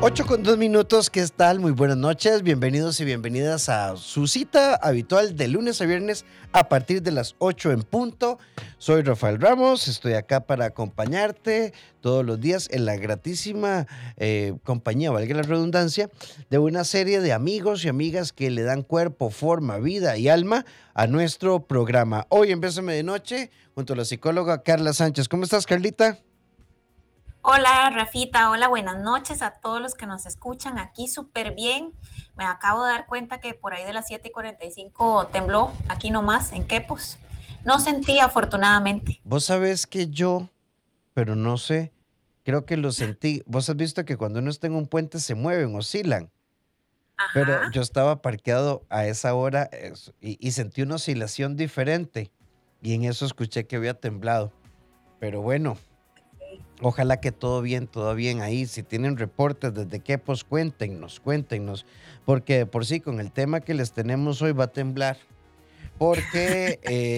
8:02, ¿qué tal? Muy buenas noches, bienvenidos y bienvenidas a su cita habitual de lunes a viernes a partir de las 8 en punto. Soy Rafael Ramos, estoy acá para acompañarte todos los días en la gratísima compañía, valga la redundancia, de una serie de amigos y amigas que le dan cuerpo, forma, vida y alma a nuestro programa. Hoy en Bésame de Noche, junto a la psicóloga Carla Sánchez. ¿Cómo estás, Carlita? Hola Rafita, hola, buenas noches a todos los que nos escuchan aquí súper bien. Me acabo de dar cuenta que por ahí de las 7:45 tembló aquí nomás en Quepos. No sentí afortunadamente. Vos sabés que yo, pero no sé, creo que lo sentí. Vos has visto que cuando uno está en un puente se mueven, oscilan, pero Ajá. yo estaba parqueado a esa hora y sentí una oscilación diferente y en eso escuché que había temblado. Pero bueno, ojalá que todo bien ahí. Si tienen reportes desde qué, pues cuéntenos, porque de por sí con el tema que les tenemos hoy va a temblar. Porque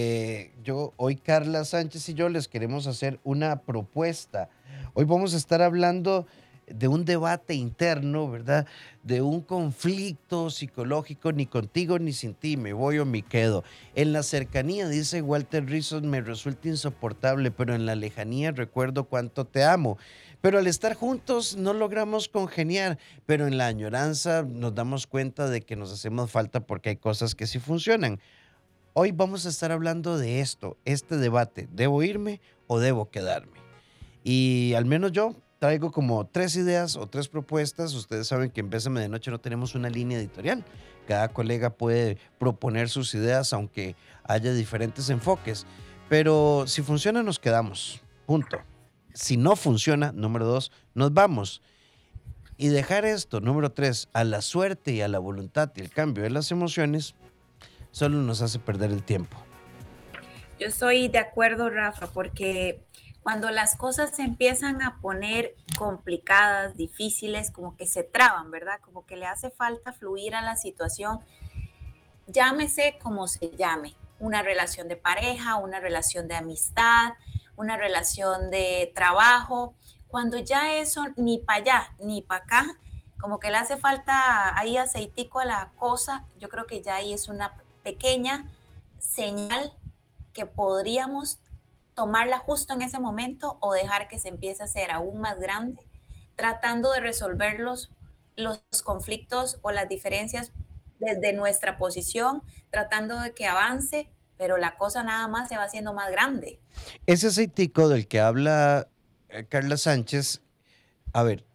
hoy Carla Sánchez y yo les queremos hacer una propuesta. Hoy vamos a estar hablando de un debate interno, ¿verdad? De un conflicto psicológico, ni contigo ni sin ti, me voy o me quedo. En la cercanía, dice Walter Rizzo, me resulta insoportable, pero en la lejanía recuerdo cuánto te amo. Pero al estar juntos no logramos congeniar, pero en la añoranza nos damos cuenta de que nos hacemos falta porque hay cosas que sí funcionan. Hoy vamos a estar hablando de esto, este debate, ¿debo irme o debo quedarme? Y al menos yo traigo como 3 ideas o 3 propuestas. Ustedes saben que en Bésame de Noche no tenemos una línea editorial. Cada colega puede proponer sus ideas, aunque haya diferentes enfoques. Pero si funciona, nos quedamos. Punto. Si no funciona, número 2, nos vamos. Y dejar esto, número 3, a la suerte y a la voluntad y el cambio de las emociones, solo nos hace perder el tiempo. Yo estoy de acuerdo, Rafa, porque cuando las cosas se empiezan a poner complicadas, difíciles, como que se traban, ¿verdad? Como que le hace falta fluir a la situación, llámese como se llame, una relación de pareja, una relación de amistad, una relación de trabajo, cuando ya eso ni para allá ni para acá, como que le hace falta ahí aceitico a la cosa, yo creo que ya ahí es una pequeña señal que podríamos tomarla justo en ese momento o dejar que se empiece a hacer aún más grande, tratando de resolver los conflictos o las diferencias desde nuestra posición, tratando de que avance, pero la cosa nada más se va haciendo más grande. Ese aceitico del que habla Carla Sánchez, a ver,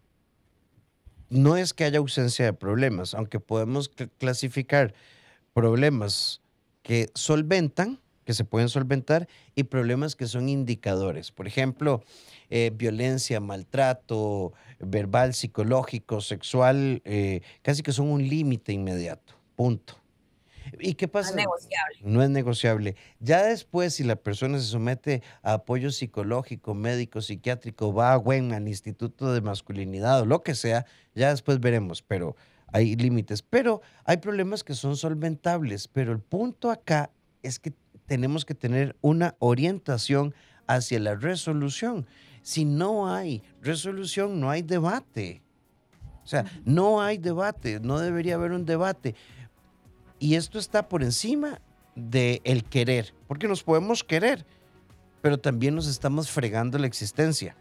no es que haya ausencia de problemas, aunque podemos clasificar problemas que solventan, que se pueden solventar, y problemas que son indicadores. Por ejemplo, violencia, maltrato verbal, psicológico, sexual, casi que son un límite inmediato. Punto. ¿Y qué No es pasa? negociable. No es negociable. Ya después, si la persona se somete a apoyo psicológico, médico, psiquiátrico, va a WEM, al Instituto de Masculinidad o lo que sea, ya después veremos, pero hay límites. Pero hay problemas que son solventables, pero el punto acá es que tenemos que tener una orientación hacia la resolución. Si no hay resolución, no hay debate. O sea, no hay debate, no debería haber un debate. Y esto está por encima del querer, porque nos podemos querer, pero también nos estamos fregando la existencia.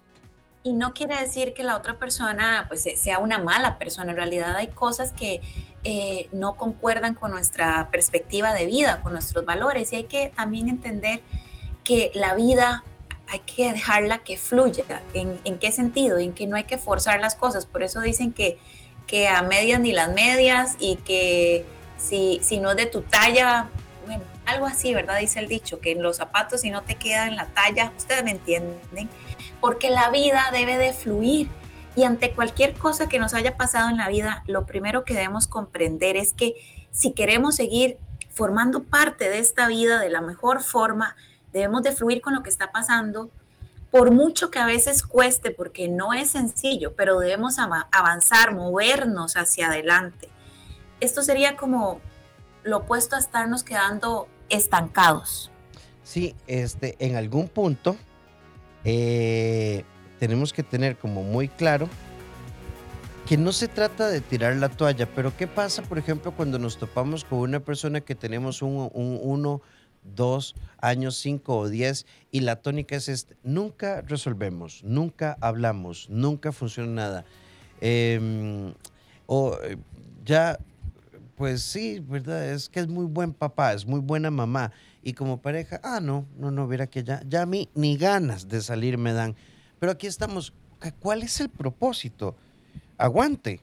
Y no quiere decir que la otra persona pues sea una mala persona. En realidad hay cosas que no concuerdan con nuestra perspectiva de vida, con nuestros valores. Y hay que también entender que la vida hay que dejarla que fluya. ¿En qué sentido? En que no hay que forzar las cosas. Por eso dicen que a medias ni las medias y que si no es de tu talla, bueno, algo así, ¿verdad? Dice el dicho, que en los zapatos si no te quedan en la talla, ustedes me entienden, porque la vida debe de fluir. Y ante cualquier cosa que nos haya pasado en la vida, lo primero que debemos comprender es que si queremos seguir formando parte de esta vida de la mejor forma, debemos de fluir con lo que está pasando, por mucho que a veces cueste, porque no es sencillo, pero debemos avanzar, movernos hacia adelante. Esto sería como lo opuesto a estarnos quedando estancados. Sí, en algún punto tenemos que tener como muy claro que no se trata de tirar la toalla, pero ¿qué pasa, por ejemplo, cuando nos topamos con una persona que tenemos 1, 2 años, 5 o 10 y la tónica es nunca resolvemos, nunca hablamos, nunca funciona nada. Em, o ya, pues sí, ¿verdad? Es que es muy buen papá, es muy buena mamá. Y como pareja, no, no, no, verá que ya a mí ni ganas de salir me dan. Pero aquí estamos, ¿cuál es el propósito? Aguante.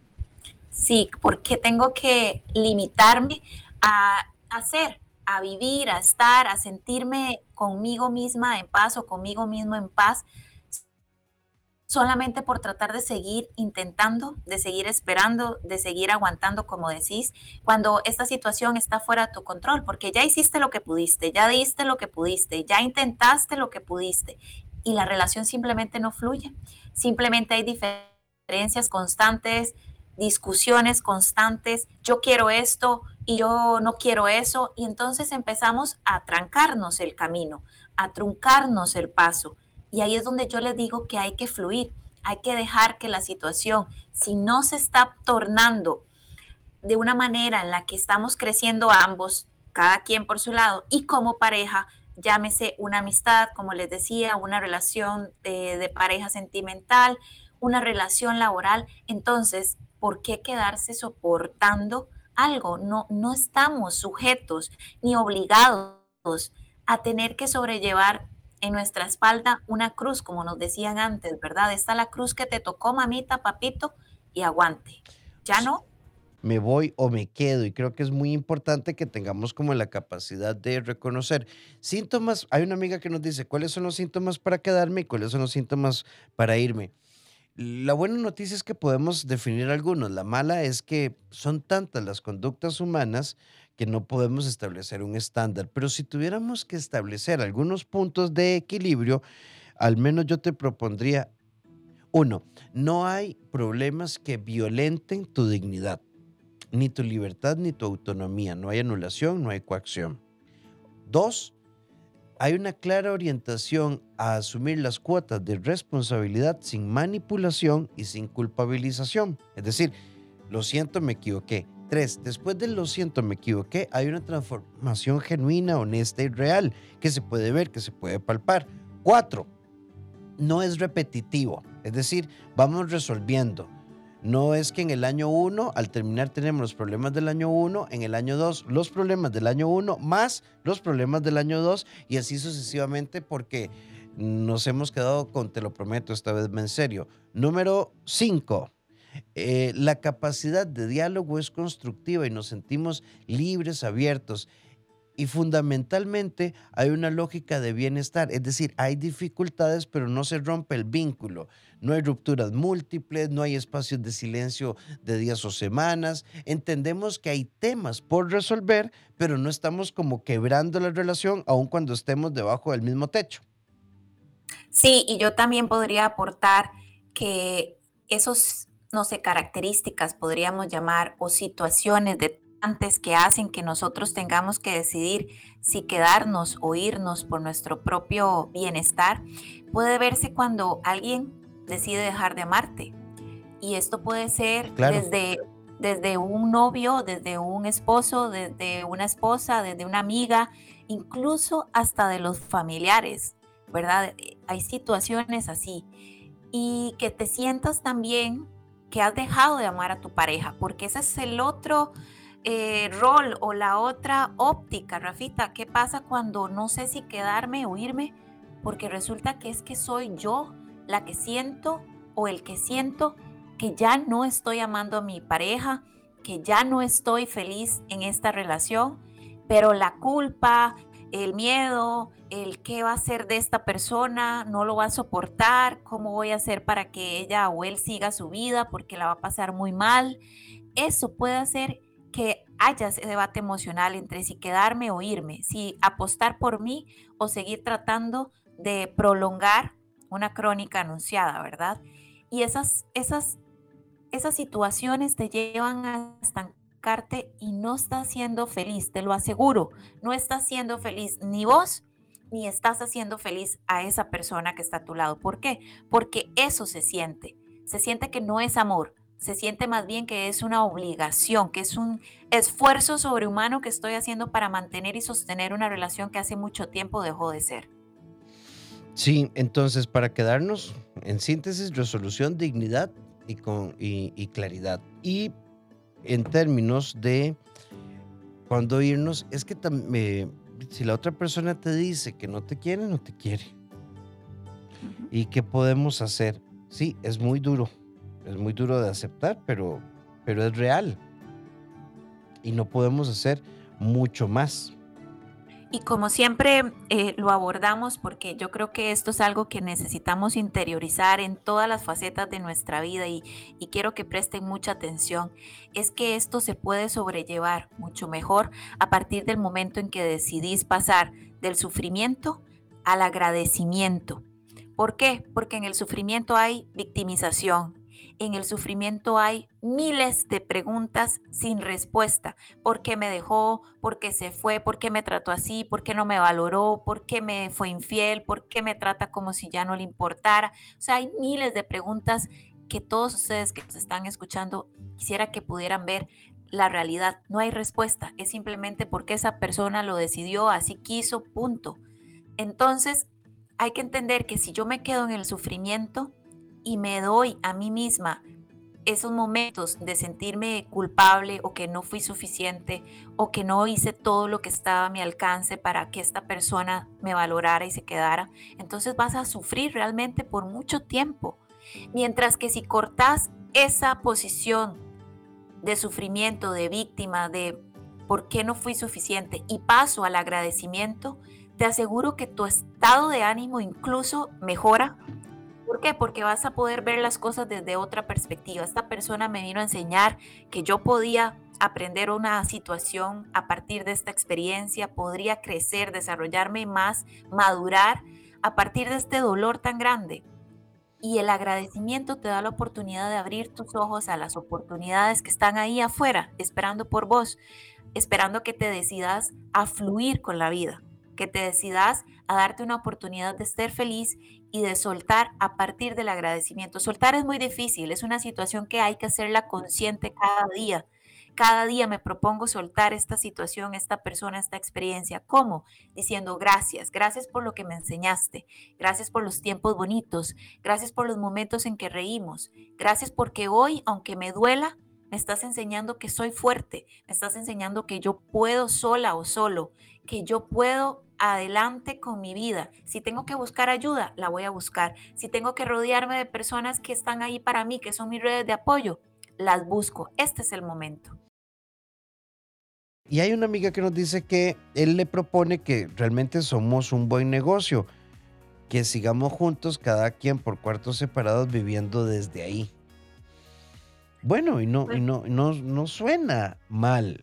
Sí, porque tengo que limitarme a hacer, a vivir, a estar, a sentirme conmigo misma en paz o conmigo mismo en paz, solamente por tratar de seguir intentando, de seguir esperando, de seguir aguantando, como decís, cuando esta situación está fuera de tu control, porque ya hiciste lo que pudiste, ya diste lo que pudiste, ya intentaste lo que pudiste y la relación simplemente no fluye. Simplemente hay diferencias constantes, discusiones constantes, yo quiero esto y yo no quiero eso, y entonces empezamos a trancarnos el camino, a truncarnos el paso. Y ahí es donde yo les digo que hay que fluir, hay que dejar que la situación, si no se está tornando de una manera en la que estamos creciendo ambos, cada quien por su lado, y como pareja, llámese una amistad, como les decía, una relación de pareja sentimental, una relación laboral, entonces, ¿por qué quedarse soportando algo? No, no estamos sujetos ni obligados a tener que sobrellevar en nuestra espalda una cruz, como nos decían antes, ¿verdad? Está la cruz que te tocó, mamita, papito, y aguante. Ya no. Me voy o me quedo. Y creo que es muy importante que tengamos como la capacidad de reconocer síntomas. Hay una amiga que nos dice cuáles son los síntomas para quedarme y cuáles son los síntomas para irme. La buena noticia es que podemos definir algunos. La mala es que son tantas las conductas humanas que no podemos establecer un estándar. Pero si tuviéramos que establecer algunos puntos de equilibrio, al menos yo te propondría uno, no hay problemas que violenten tu dignidad, ni tu libertad, ni tu autonomía. No hay anulación, no hay coacción. Dos, hay una clara orientación a asumir las cuotas de responsabilidad sin manipulación y sin culpabilización. Es decir, lo siento, me equivoqué. Tres, después de lo siento, me equivoqué, hay una transformación genuina, honesta y real que se puede ver, que se puede palpar. Cuatro, no es repetitivo. Es decir, vamos resolviendo. No es que en el año 1, al terminar, tenemos los problemas del año 1, en el año 2, los problemas del año 1, más los problemas del año 2, y así sucesivamente, porque nos hemos quedado con, te lo prometo, esta vez en serio. Número 5. La capacidad de diálogo es constructiva y nos sentimos libres, abiertos. Y fundamentalmente hay una lógica de bienestar, es decir, hay dificultades, pero no se rompe el vínculo. No hay rupturas múltiples, no hay espacios de silencio de días o semanas. Entendemos que hay temas por resolver, pero no estamos como quebrando la relación, aun cuando estemos debajo del mismo techo. Sí, y yo también podría aportar que esos, no sé, características podríamos llamar o situaciones detonantes que hacen que nosotros tengamos que decidir si quedarnos o irnos por nuestro propio bienestar, puede verse cuando alguien decide dejar de amarte. Y esto puede ser Claro, desde un novio, desde un esposo, desde una esposa, desde una amiga, incluso hasta de los familiares, ¿verdad? Hay situaciones así. Y que te sientas también que has dejado de amar a tu pareja, porque ese es el otro rol o la otra óptica, Rafita. ¿Qué pasa cuando no sé si quedarme o irme? Porque resulta que es que soy yo la que siento o el que siento que ya no estoy amando a mi pareja, que ya no estoy feliz en esta relación, pero la culpa, el miedo, el qué va a hacer de esta persona, no lo va a soportar, cómo voy a hacer para que ella o él siga su vida porque la va a pasar muy mal. Eso puede hacer que haya ese debate emocional entre si quedarme o irme, si apostar por mí o seguir tratando de prolongar una crónica anunciada, ¿verdad? Y esas situaciones te llevan a estancarte y no estás siendo feliz, te lo aseguro. No estás siendo feliz ni vos, ni estás haciendo feliz a esa persona que está a tu lado. ¿Por qué? Porque eso se siente. Se siente que no es amor, se siente más bien que es una obligación, que es un esfuerzo sobrehumano que estoy haciendo para mantener y sostener una relación que hace mucho tiempo dejó de ser. Sí, entonces para quedarnos, en síntesis, resolución, dignidad y claridad. Y en términos de cuándo irnos, es que si la otra persona te dice que no te quiere, no te quiere. Ujú. ¿Y qué podemos hacer? Sí, es muy duro de aceptar, pero es real y no podemos hacer mucho más. Y como siempre lo abordamos, porque yo creo que esto es algo que necesitamos interiorizar en todas las facetas de nuestra vida y quiero que presten mucha atención, es que esto se puede sobrellevar mucho mejor a partir del momento en que decidís pasar del sufrimiento al agradecimiento. ¿Por qué? Porque en el sufrimiento hay victimización, en el sufrimiento hay miles de preguntas sin respuesta. ¿Por qué me dejó? ¿Por qué se fue? ¿Por qué me trató así? ¿Por qué no me valoró? ¿Por qué me fue infiel? ¿Por qué me trata como si ya no le importara? O sea, hay miles de preguntas que todos ustedes que nos están escuchando quisiera que pudieran ver la realidad. No hay respuesta, es simplemente porque esa persona lo decidió, así quiso, punto. Entonces, hay que entender que si yo me quedo en el sufrimiento y me doy a mí misma esos momentos de sentirme culpable o que no fui suficiente o que no hice todo lo que estaba a mi alcance para que esta persona me valorara y se quedara, entonces vas a sufrir realmente por mucho tiempo. Mientras que si cortas esa posición de sufrimiento, de víctima, de por qué no fui suficiente y paso al agradecimiento, te aseguro que tu estado de ánimo incluso mejora. ¿Por qué? Porque vas a poder ver las cosas desde otra perspectiva. Esta persona me vino a enseñar que yo podía aprender una situación a partir de esta experiencia, podría crecer, desarrollarme más, madurar a partir de este dolor tan grande. Y el agradecimiento te da la oportunidad de abrir tus ojos a las oportunidades que están ahí afuera, esperando por vos, esperando que te decidas a fluir con la vida, que te decidas a darte una oportunidad de ser feliz y de soltar a partir del agradecimiento. Soltar es muy difícil, es una situación que hay que hacerla consciente cada día. Cada día me propongo soltar esta situación, esta persona, esta experiencia. ¿Cómo? Diciendo gracias, gracias por lo que me enseñaste, gracias por los tiempos bonitos, gracias por los momentos en que reímos, gracias porque hoy, aunque me duela, me estás enseñando que soy fuerte, me estás enseñando que yo puedo sola o solo, que yo puedo adelante con mi vida. Si tengo que buscar ayuda, la voy a buscar. Si tengo que rodearme de personas que están ahí para mí, que son mis redes de apoyo, las busco. Este es el momento. Y hay una amiga que nos dice que él le propone que realmente somos un buen negocio, que sigamos juntos, cada quien por cuartos separados, viviendo desde ahí. Bueno, no suena mal,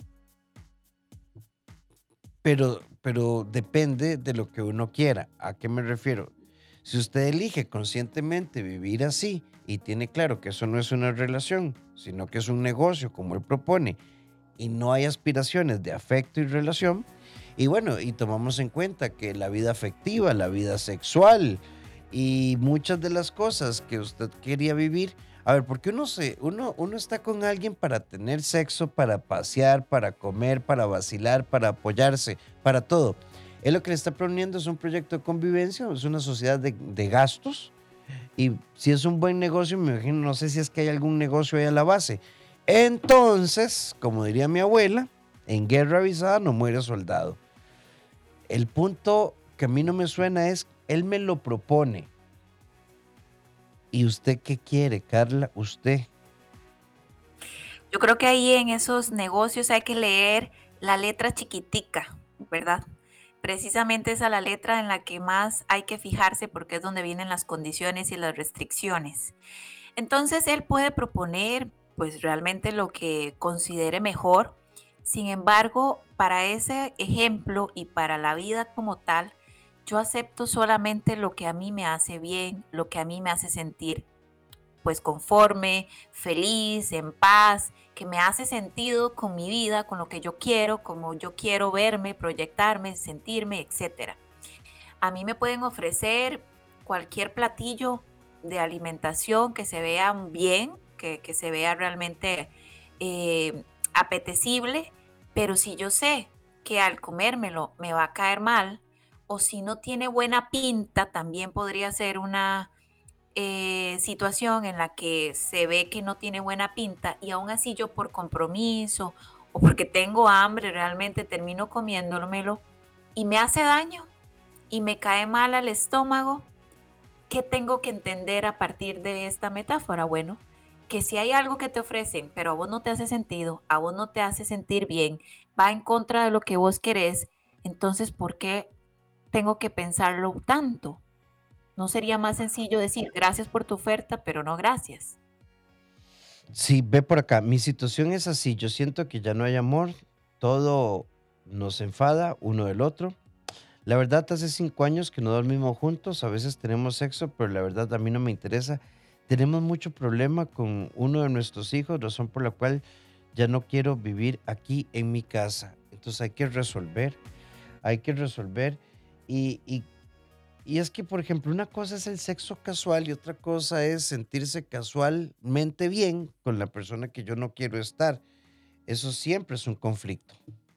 pero depende de lo que uno quiera. ¿A qué me refiero? Si usted elige conscientemente vivir así y tiene claro que eso no es una relación, sino que es un negocio como él propone, y no hay aspiraciones de afecto y relación, y bueno, y tomamos en cuenta que la vida afectiva, la vida sexual y muchas de las cosas que usted quería vivir, a ver, porque uno está con alguien para tener sexo, para pasear, para comer, para vacilar, para apoyarse, para todo. Él lo que le está proponiendo es un proyecto de convivencia, es una sociedad de gastos, y si es un buen negocio, me imagino, no sé si es que hay algún negocio ahí a la base. Entonces, como diría mi abuela, en guerra avisada no muere soldado. El punto que a mí no me suena es, él me lo propone. ¿Y usted qué quiere, Carla? Usted. Yo creo que ahí en esos negocios hay que leer la letra chiquitica, ¿verdad? Precisamente esa es la letra en la que más hay que fijarse porque es donde vienen las condiciones y las restricciones. Entonces él puede proponer pues realmente lo que considere mejor. Sin embargo, para ese ejemplo y para la vida como tal, yo acepto solamente lo que a mí me hace bien, lo que a mí me hace sentir pues conforme, feliz, en paz, que me hace sentido con mi vida, con lo que yo quiero, como yo quiero verme, proyectarme, sentirme, etcétera. A mí me pueden ofrecer cualquier platillo de alimentación que se vea bien, que se vea realmente apetecible, pero si yo sé que al comérmelo me va a caer mal, o si no tiene buena pinta, también podría ser una situación en la que se ve que no tiene buena pinta y aún así yo por compromiso o porque tengo hambre realmente termino comiéndomelo y me hace daño y me cae mal al estómago. ¿Qué tengo que entender a partir de esta metáfora? Bueno, que si hay algo que te ofrecen, pero a vos no te hace sentido, a vos no te hace sentir bien, va en contra de lo que vos querés, entonces ¿por qué tengo que pensarlo tanto? ¿No sería más sencillo decir gracias por tu oferta, pero no gracias? Sí, ve por acá. Mi situación es así. Yo siento que ya no hay amor. Todo nos enfada uno del otro. La verdad, hace 5 años que no dormimos juntos. A veces tenemos sexo, pero la verdad a mí no me interesa. Tenemos mucho problema con uno de nuestros hijos, razón por la cual ya no quiero vivir aquí en mi casa. Entonces hay que resolver, hay que resolver. Y, y y es que, por ejemplo, una cosa es el sexo casual y otra cosa es sentirse casualmente bien con la persona que yo no quiero estar. Eso siempre es un conflicto.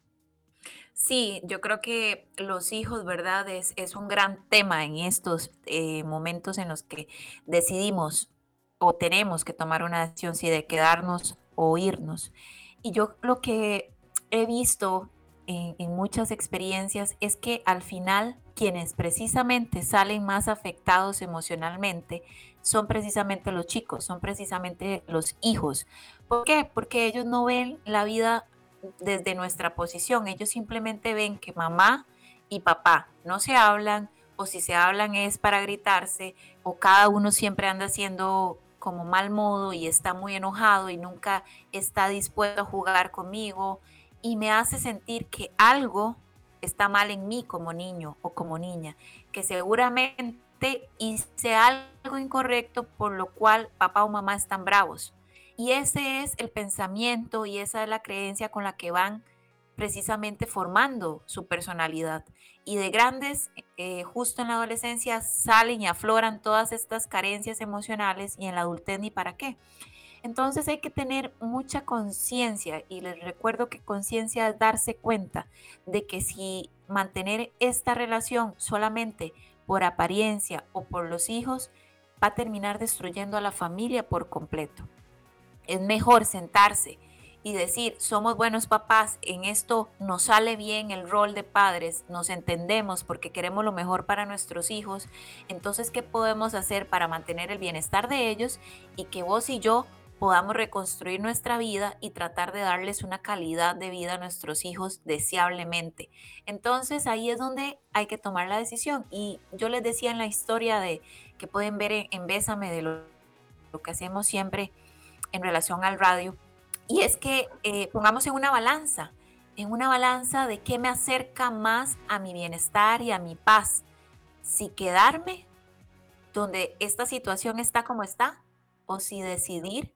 Sí, yo creo que los hijos, ¿verdad? Es un gran tema en estos momentos en los que decidimos o tenemos que tomar una decisión si de quedarnos o irnos. Y yo lo que he visto en muchas experiencias es que al final quienes precisamente salen más afectados emocionalmente son precisamente los chicos, son precisamente los hijos. ¿Por qué? Porque ellos no ven la vida desde nuestra posición. Ellos simplemente ven que mamá y papá no se hablan, o si se hablan es para gritarse, o cada uno siempre anda haciendo como mal modo y está muy enojado y nunca está dispuesto a jugar conmigo y me hace sentir que algo está mal en mí como niño o como niña, que seguramente hice algo incorrecto por lo cual papá o mamá están bravos. Y ese es el pensamiento y esa es la creencia con la que van precisamente formando su personalidad. Y de grandes, justo en la adolescencia, salen y afloran todas estas carencias emocionales y en la adultez ni para qué. Entonces hay que tener mucha conciencia y les recuerdo que conciencia es darse cuenta de que si mantener esta relación solamente por apariencia o por los hijos va a terminar destruyendo a la familia por completo. Es mejor sentarse y decir, somos buenos papás, en esto nos sale bien el rol de padres, nos entendemos porque queremos lo mejor para nuestros hijos, entonces, ¿qué podemos hacer para mantener el bienestar de ellos y que vos y yo podamos reconstruir nuestra vida y tratar de darles una calidad de vida a nuestros hijos deseablemente? Entonces, ahí es donde hay que tomar la decisión. Y yo les decía en la historia de que pueden ver en Bésame de lo que hacemos siempre en relación al radio, y es que pongamos en una balanza de qué me acerca más a mi bienestar y a mi paz, si quedarme donde esta situación está como está, o si decidir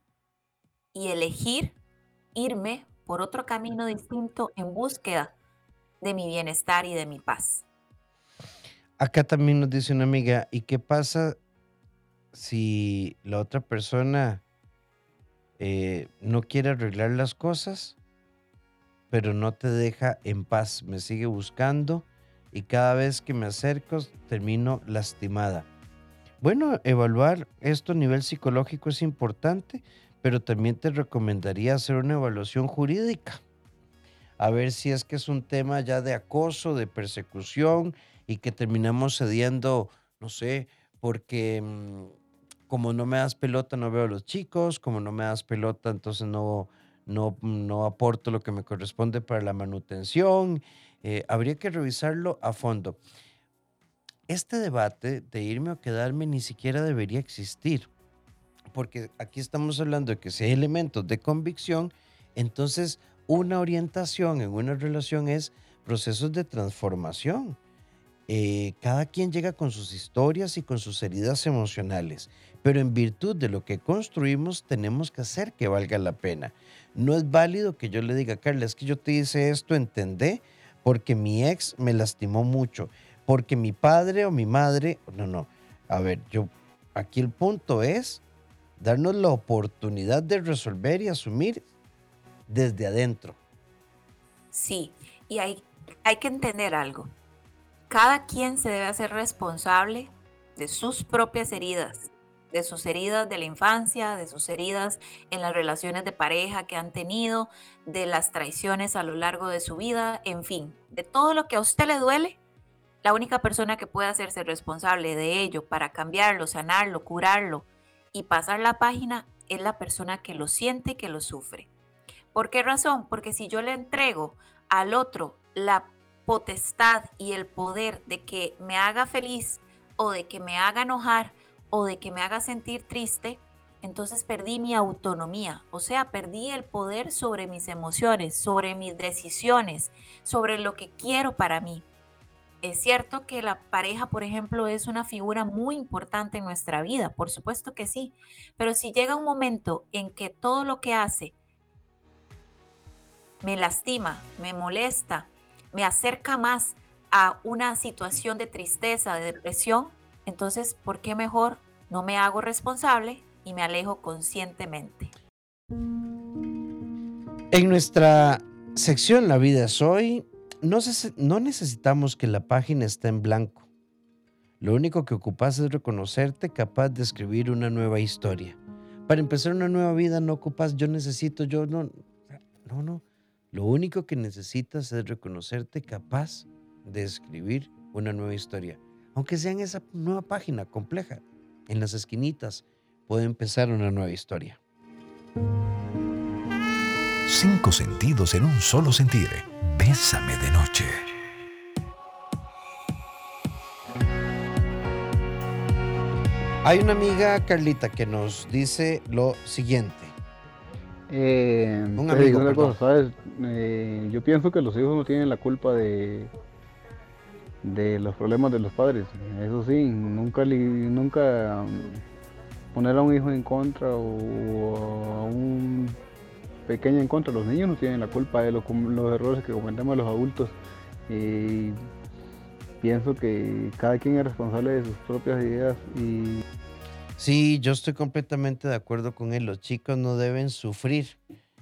y elegir irme por otro camino distinto en búsqueda de mi bienestar y de mi paz. Acá también nos dice una amiga, ¿y qué pasa si la otra persona no quiere arreglar las cosas, pero no te deja en paz? Me sigue buscando y cada vez que me acerco termino lastimada. Bueno, evaluar esto a nivel psicológico es importante, pero también te recomendaría hacer una evaluación jurídica, a ver si es que es un tema ya de acoso, de persecución y que terminamos cediendo, no sé, porque como no me das pelota no veo a los chicos, como no me das pelota entonces no aporto lo que me corresponde para la manutención. Habría que revisarlo a fondo. Este debate de irme o quedarme ni siquiera debería existir, porque aquí estamos hablando de que si hay elementos de convicción, entonces una orientación en una relación es procesos de transformación. Cada quien llega con sus historias y con sus heridas emocionales, pero en virtud de lo que construimos tenemos que hacer que valga la pena. No es válido que yo le diga, Carla, es que yo te hice esto, entendé, porque mi ex me lastimó mucho, porque mi padre o mi madre, no, no. A ver, aquí el punto es darnos la oportunidad de resolver y asumir desde adentro. Sí, y hay que entender algo. Cada quien se debe hacer responsable de sus propias heridas, de sus heridas de la infancia, de sus heridas en las relaciones de pareja que han tenido, de las traiciones a lo largo de su vida, en fin, de todo lo que a usted le duele. La única persona que puede hacerse responsable de ello para cambiarlo, sanarlo, curarlo y pasar la página es la persona que lo siente y que lo sufre. ¿Por qué razón? Porque si yo le entrego al otro la potestad y el poder de que me haga feliz o de que me haga enojar o de que me haga sentir triste, entonces perdí mi autonomía, o sea, perdí el poder sobre mis emociones, sobre mis decisiones, sobre lo que quiero para mí. Es cierto que la pareja, por ejemplo, es una figura muy importante en nuestra vida, por supuesto que sí, pero si llega un momento en que todo lo que hace me lastima, me molesta, me acerca más a una situación de tristeza, de depresión, entonces, ¿por qué mejor no me hago responsable y me alejo conscientemente? En nuestra sección La vida es hoy, no necesitamos que la página esté en blanco. Lo único que ocupas es reconocerte capaz de escribir una nueva historia. Para empezar una nueva vida no ocupas yo necesito, yo no, no, no. Lo único que necesitas es reconocerte capaz de escribir una nueva historia. Aunque sea en esa nueva página compleja, en las esquinitas, puede empezar una nueva historia. 5 sentidos en un solo sentir. Bésame de noche. Hay una amiga, Carlita, que nos dice lo siguiente. Un amigo, Una perdón. cosa, ¿sabes? Yo pienso que los hijos no tienen la culpa de los problemas de los padres. Eso sí, nunca poner a un hijo en contra o a un pequeño en contra. Los niños no tienen la culpa de los errores que cometemos los adultos. Y pienso que cada quien es responsable de sus propias ideas y Sí, yo estoy completamente de acuerdo con él. Los chicos no deben sufrir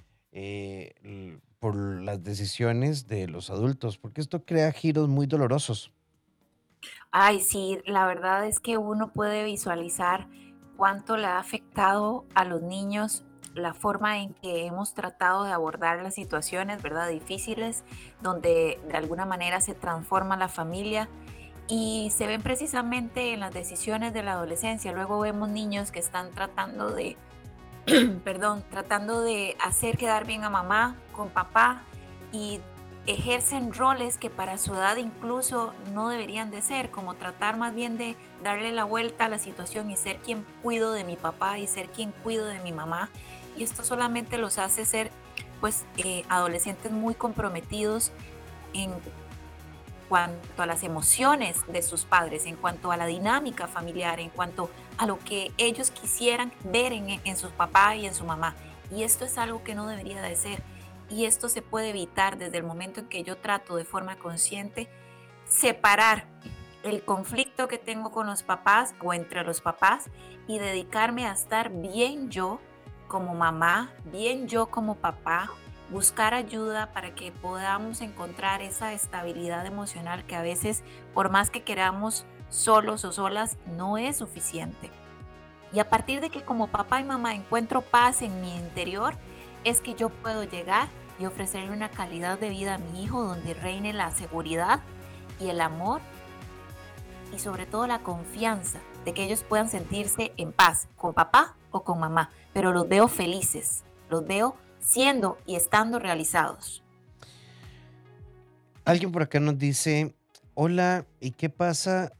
por las decisiones de los adultos, porque esto crea giros muy dolorosos. Ay, sí, la verdad es que uno puede visualizar cuánto le ha afectado a los niños la forma en que hemos tratado de abordar las situaciones, ¿verdad? Difíciles, donde de alguna manera se transforma la familia y se ven precisamente en las decisiones de la adolescencia. Luego vemos niños que están tratando de, perdón, tratando de hacer quedar bien a mamá con papá y ejercen roles que para su edad incluso no deberían de ser, como tratar más bien de darle la vuelta a la situación y ser quien cuido de mi papá y ser quien cuido de mi mamá. Y esto solamente los hace ser pues adolescentes muy comprometidos en cuanto a las emociones de sus padres, en cuanto a la dinámica familiar, en cuanto a lo que ellos quisieran ver en su papá y en su mamá. Y esto es algo que no debería de ser. Y esto se puede evitar desde el momento en que yo trato de forma consciente separar el conflicto que tengo con los papás o entre los papás y dedicarme a estar bien yo como mamá, bien yo como papá, buscar ayuda para que podamos encontrar esa estabilidad emocional que a veces, por más que queramos solos o solas, no es suficiente. Y a partir de que como papá y mamá encuentro paz en mi interior, es que yo puedo llegar y ofrecerle una calidad de vida a mi hijo donde reine la seguridad y el amor y sobre todo la confianza de que ellos puedan sentirse en paz con papá o con mamá, pero los veo felices, los veo siendo y estando realizados. Alguien por acá nos dice, hola, ¿y qué pasa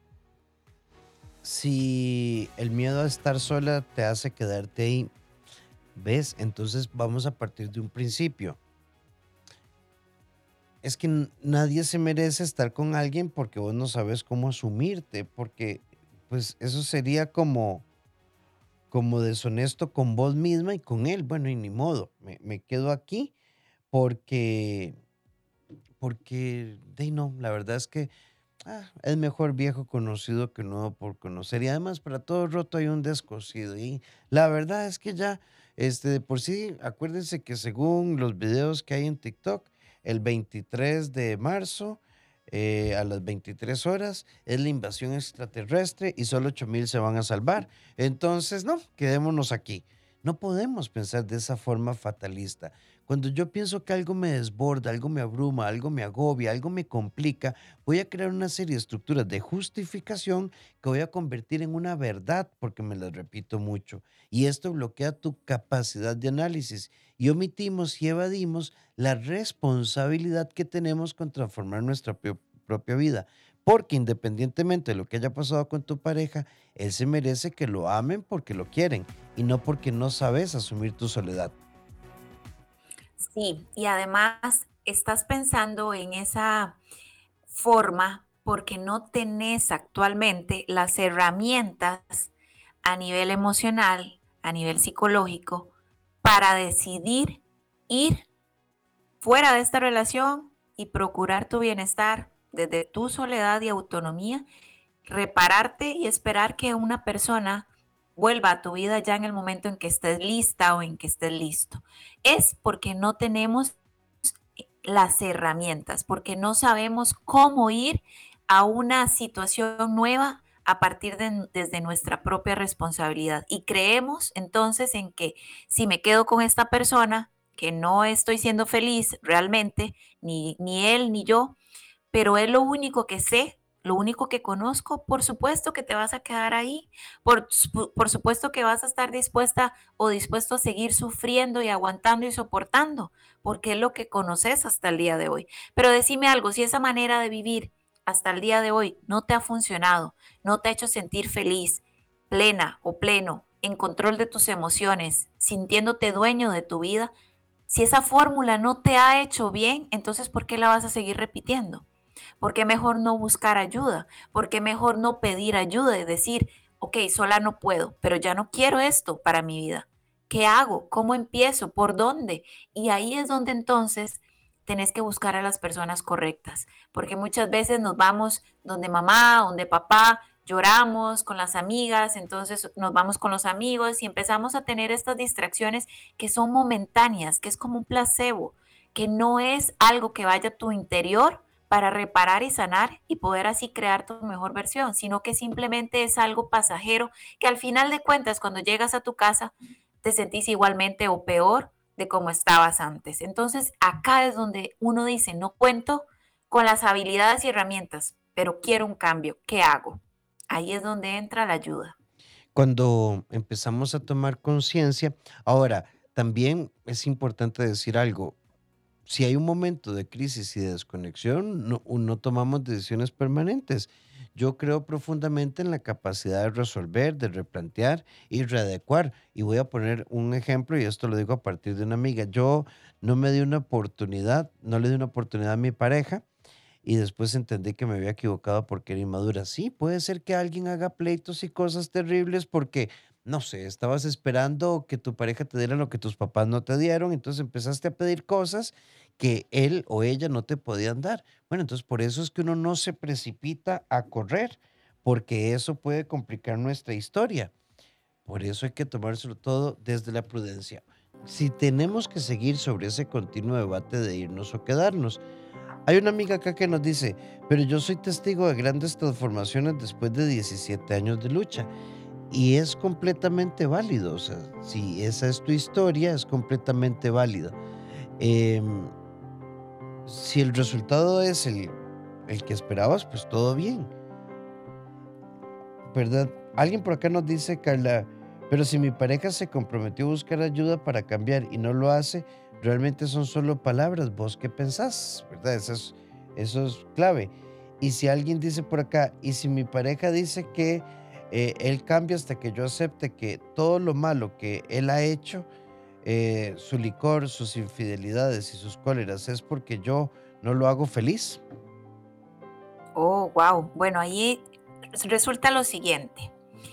si el miedo a estar sola te hace quedarte ahí? ¿Ves? Entonces vamos a partir de un principio. Es que nadie se merece estar con alguien porque vos no sabes cómo asumirte, porque pues eso sería como deshonesto con vos misma y con él. Bueno, y ni modo, me quedo aquí porque, no, la verdad es que Es mejor viejo conocido que nuevo por conocer. Y además, para todo roto hay un descosido. Y la verdad es que ya, de por sí, acuérdense que según los videos que hay en TikTok, el 23 de marzo, a las 23 horas, es la invasión extraterrestre y solo 8,000 se van a salvar. Entonces, no, quedémonos aquí. No podemos pensar de esa forma fatalista. Cuando yo pienso que algo me desborda, algo me abruma, algo me agobia, algo me complica, voy a crear una serie de estructuras de justificación que voy a convertir en una verdad porque me las repito mucho. Y esto bloquea tu capacidad de análisis y omitimos y evadimos la responsabilidad que tenemos con transformar nuestra propia vida. Porque independientemente de lo que haya pasado con tu pareja, él se merece que lo amen porque lo quieren y no porque no sabes asumir tu soledad. Sí, y además estás pensando en esa forma porque no tenés actualmente las herramientas a nivel emocional, a nivel psicológico, para decidir ir fuera de esta relación y procurar tu bienestar desde tu soledad y autonomía, repararte y esperar que una persona vuelva a tu vida ya en el momento en que estés lista o en que estés listo. Es porque no tenemos las herramientas, porque no sabemos cómo ir a una situación nueva a partir de desde nuestra propia responsabilidad. Y creemos entonces en que si me quedo con esta persona, que no estoy siendo feliz realmente, ni él ni yo, pero es lo único que sé, lo único que conozco, por supuesto que te vas a quedar ahí, por supuesto que vas a estar dispuesta o dispuesto a seguir sufriendo y aguantando y soportando, porque es lo que conoces hasta el día de hoy. Pero decime algo, si esa manera de vivir hasta el día de hoy no te ha funcionado, no te ha hecho sentir feliz, plena o pleno, en control de tus emociones, sintiéndote dueño de tu vida, si esa fórmula no te ha hecho bien, entonces ¿por qué la vas a seguir repitiendo? ¿Por qué mejor no buscar ayuda? ¿Por qué mejor no pedir ayuda y decir, ok, sola no puedo, pero ya no quiero esto para mi vida? ¿Qué hago? ¿Cómo empiezo? ¿Por dónde? Y ahí es donde entonces tenés que buscar a las personas correctas, porque muchas veces nos vamos donde mamá, donde papá, lloramos con las amigas, entonces nos vamos con los amigos y empezamos a tener estas distracciones que son momentáneas, que es como un placebo, que no es algo que vaya a tu interior para reparar y sanar y poder así crear tu mejor versión, sino que simplemente es algo pasajero que al final de cuentas cuando llegas a tu casa te sentís igualmente o peor de cómo estabas antes. Entonces acá es donde uno dice, no cuento con las habilidades y herramientas, pero quiero un cambio, ¿qué hago? Ahí es donde entra la ayuda. Cuando empezamos a tomar conciencia, ahora, también es importante decir algo. Si hay un momento de crisis y de desconexión, no tomamos decisiones permanentes. Yo creo profundamente en la capacidad de resolver, de replantear y readecuar. Y voy a poner un ejemplo, y esto lo digo a partir de una amiga. Yo no me di una oportunidad, no le di una oportunidad a mi pareja y después entendí que me había equivocado porque era inmadura. Sí, puede ser que alguien haga pleitos y cosas terribles porque, no sé, estabas esperando que tu pareja te diera lo que tus papás no te dieron, entonces empezaste a pedir cosas que él o ella no te podían dar. Bueno, entonces por eso es que uno no se precipita a correr, porque eso puede complicar nuestra historia. Por eso hay que tomárselo todo desde la prudencia. Si tenemos que seguir sobre ese continuo debate de irnos o quedarnos, hay una amiga acá que nos dice, pero yo soy testigo de grandes transformaciones después de 17 años de lucha y es completamente válido. O sea, si esa es tu historia, es completamente válido. Em, si el resultado es el que esperabas, pues todo bien, ¿verdad? Alguien por acá nos dice, Carla, pero si mi pareja se comprometió a buscar ayuda para cambiar y no lo hace, realmente son solo palabras. ¿Vos qué pensás? ¿Verdad? Eso es clave. Y si alguien dice por acá, y si mi pareja dice que él cambia hasta que yo acepte que todo lo malo que él ha hecho, su licor, sus infidelidades y sus cóleras, es porque yo no lo hago feliz. Oh, wow. Bueno, ahí resulta lo siguiente.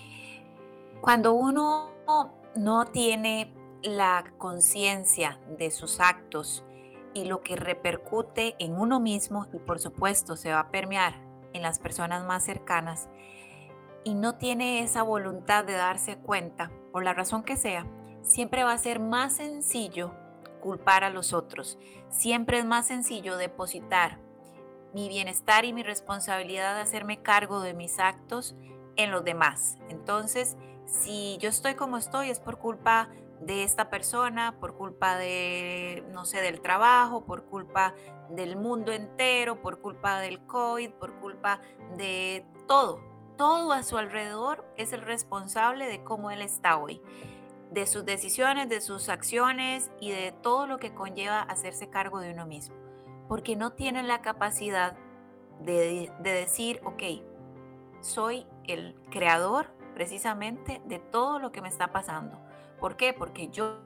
Cuando uno no tiene la conciencia de sus actos y lo que repercute en uno mismo y por supuesto se va a permear en las personas más cercanas y no tiene esa voluntad de darse cuenta, por la razón que sea, siempre va a ser más sencillo culpar a los otros. Siempre es más sencillo depositar mi bienestar y mi responsabilidad de hacerme cargo de mis actos en los demás. Entonces, si yo estoy como estoy, es por culpa de esta persona, por culpa de, no sé, del trabajo, por culpa del mundo entero, por culpa del COVID, por culpa de todo. Todo a su alrededor es el responsable de cómo él está hoy, de sus decisiones, de sus acciones y de todo lo que conlleva hacerse cargo de uno mismo. Porque no tienen la capacidad de decir, ok, soy el creador precisamente de todo lo que me está pasando. ¿Por qué? Porque yo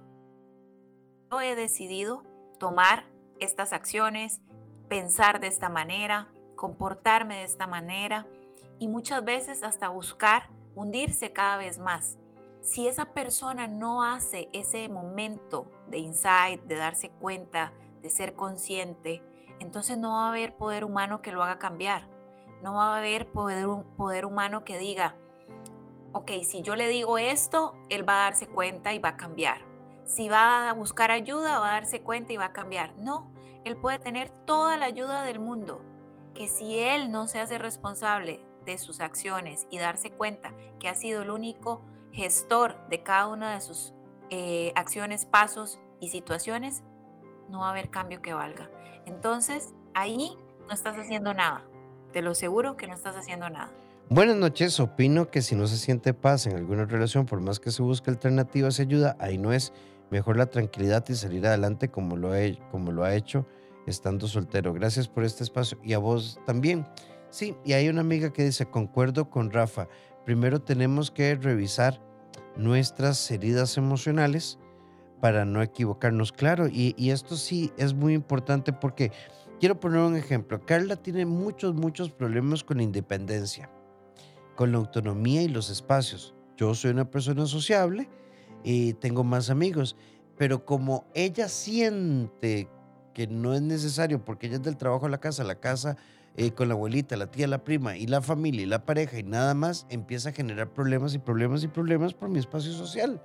he decidido tomar estas acciones, pensar de esta manera, comportarme de esta manera y muchas veces hasta buscar hundirse cada vez más. Si esa persona no hace ese momento de insight, de darse cuenta, de ser consciente, entonces no va a haber poder humano que lo haga cambiar. No va a haber poder humano que diga, ok, si yo le digo esto, él va a darse cuenta y va a cambiar. Si va a buscar ayuda, va a darse cuenta y va a cambiar. No, él puede tener toda la ayuda del mundo, que si él no se hace responsable de sus acciones y darse cuenta que ha sido el único gestor de cada una de sus acciones, pasos y situaciones, no va a haber cambio que valga. Entonces, ahí no estás haciendo nada. Te lo aseguro que no estás haciendo nada. Buenas noches, opino que si no se siente paz en alguna relación, por más que se busque alternativas y ayuda, ahí no es. Mejor la tranquilidad y salir adelante como lo ha hecho estando soltero. Gracias por este espacio y a vos también. Sí, y hay una amiga que dice, concuerdo con Rafa, primero tenemos que revisar nuestras heridas emocionales para no equivocarnos, claro, y esto sí es muy importante porque quiero poner un ejemplo. Carla tiene muchos problemas con la independencia, con la autonomía y los espacios. Yo soy una persona sociable y tengo más amigos, pero como ella siente que no es necesario, porque ella es del trabajo a la casa, con la abuelita, la tía, la prima y la familia y la pareja y nada más, empieza a generar problemas y problemas y problemas por mi espacio social.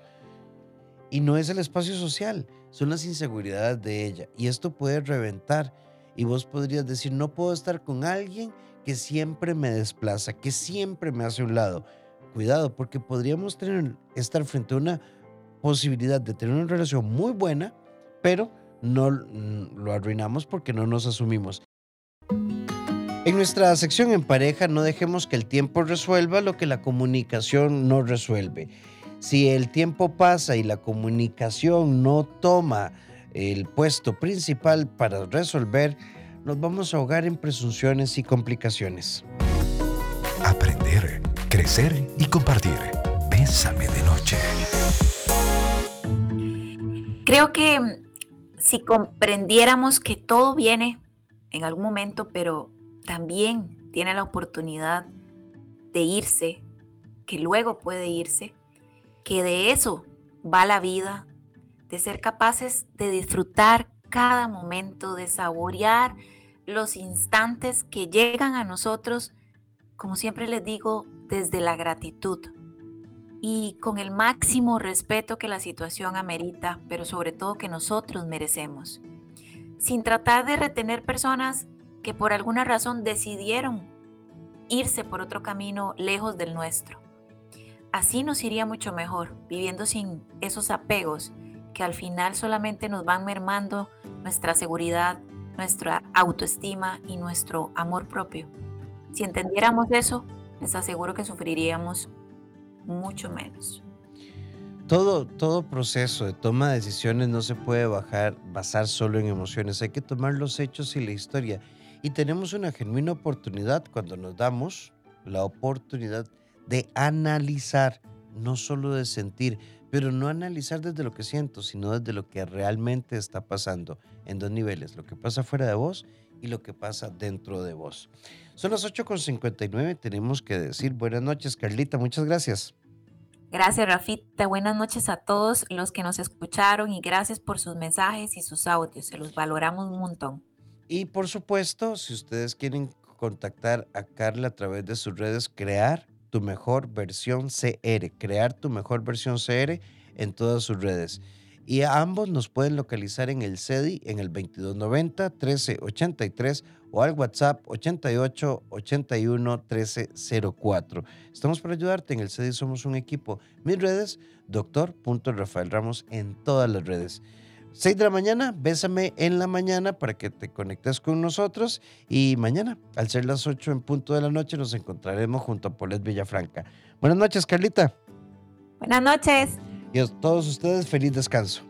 Y no es el espacio social, son las inseguridades de ella. Y esto puede reventar. Y vos podrías decir, no puedo estar con alguien que siempre me desplaza, que siempre me hace a un lado. Cuidado, porque podríamos estar frente a una posibilidad de tener una relación muy buena, pero no lo arruinamos porque no nos asumimos. En nuestra sección en pareja, no dejemos que el tiempo resuelva lo que la comunicación no resuelve. Si el tiempo pasa y la comunicación no toma el puesto principal para resolver, nos vamos a ahogar en presunciones y complicaciones. Aprender, crecer y compartir. Bésame de noche. Creo que si comprendiéramos que todo viene en algún momento, pero también tiene la oportunidad de irse, que luego puede irse, que de eso va la vida, de ser capaces de disfrutar cada momento, de saborear los instantes que llegan a nosotros, como siempre les digo, desde la gratitud y con el máximo respeto que la situación amerita, pero sobre todo que nosotros merecemos, sin tratar de retener personas que por alguna razón decidieron irse por otro camino lejos del nuestro. Así nos iría mucho mejor, viviendo sin esos apegos que al final solamente nos van mermando nuestra seguridad, nuestra autoestima y nuestro amor propio. Si entendiéramos eso, les aseguro que sufriríamos mucho menos. Todo proceso de toma de decisiones no se puede basar solo en emociones. Hay que tomar los hechos y la historia. Y tenemos una genuina oportunidad cuando nos damos la oportunidad de analizar, no solo de sentir, pero no analizar desde lo que siento, sino desde lo que realmente está pasando en dos niveles, lo que pasa fuera de vos y lo que pasa dentro de vos. Son las 8:59, tenemos que decir buenas noches, Carlita, muchas gracias. Gracias, Rafita. Buenas noches a todos los que nos escucharon y gracias por sus mensajes y sus audios. Se los valoramos un montón. Y por supuesto, si ustedes quieren contactar a Carla a través de sus redes, crear tu mejor versión CR, crear tu mejor versión CR en todas sus redes. Y a ambos nos pueden localizar en el CEDI en el 2290-1383 o al WhatsApp 8881-1304. Estamos para ayudarte. En el CEDI somos un equipo. Mis redes, Dr.Rafael Ramos en todas las redes. 6 de la mañana, bésame en la mañana para que te conectes con nosotros. Y mañana, al ser las 8 en punto de la noche, nos encontraremos junto a Paulette Villafranca. Buenas noches, Carlita. Buenas noches. Y a todos ustedes, feliz descanso.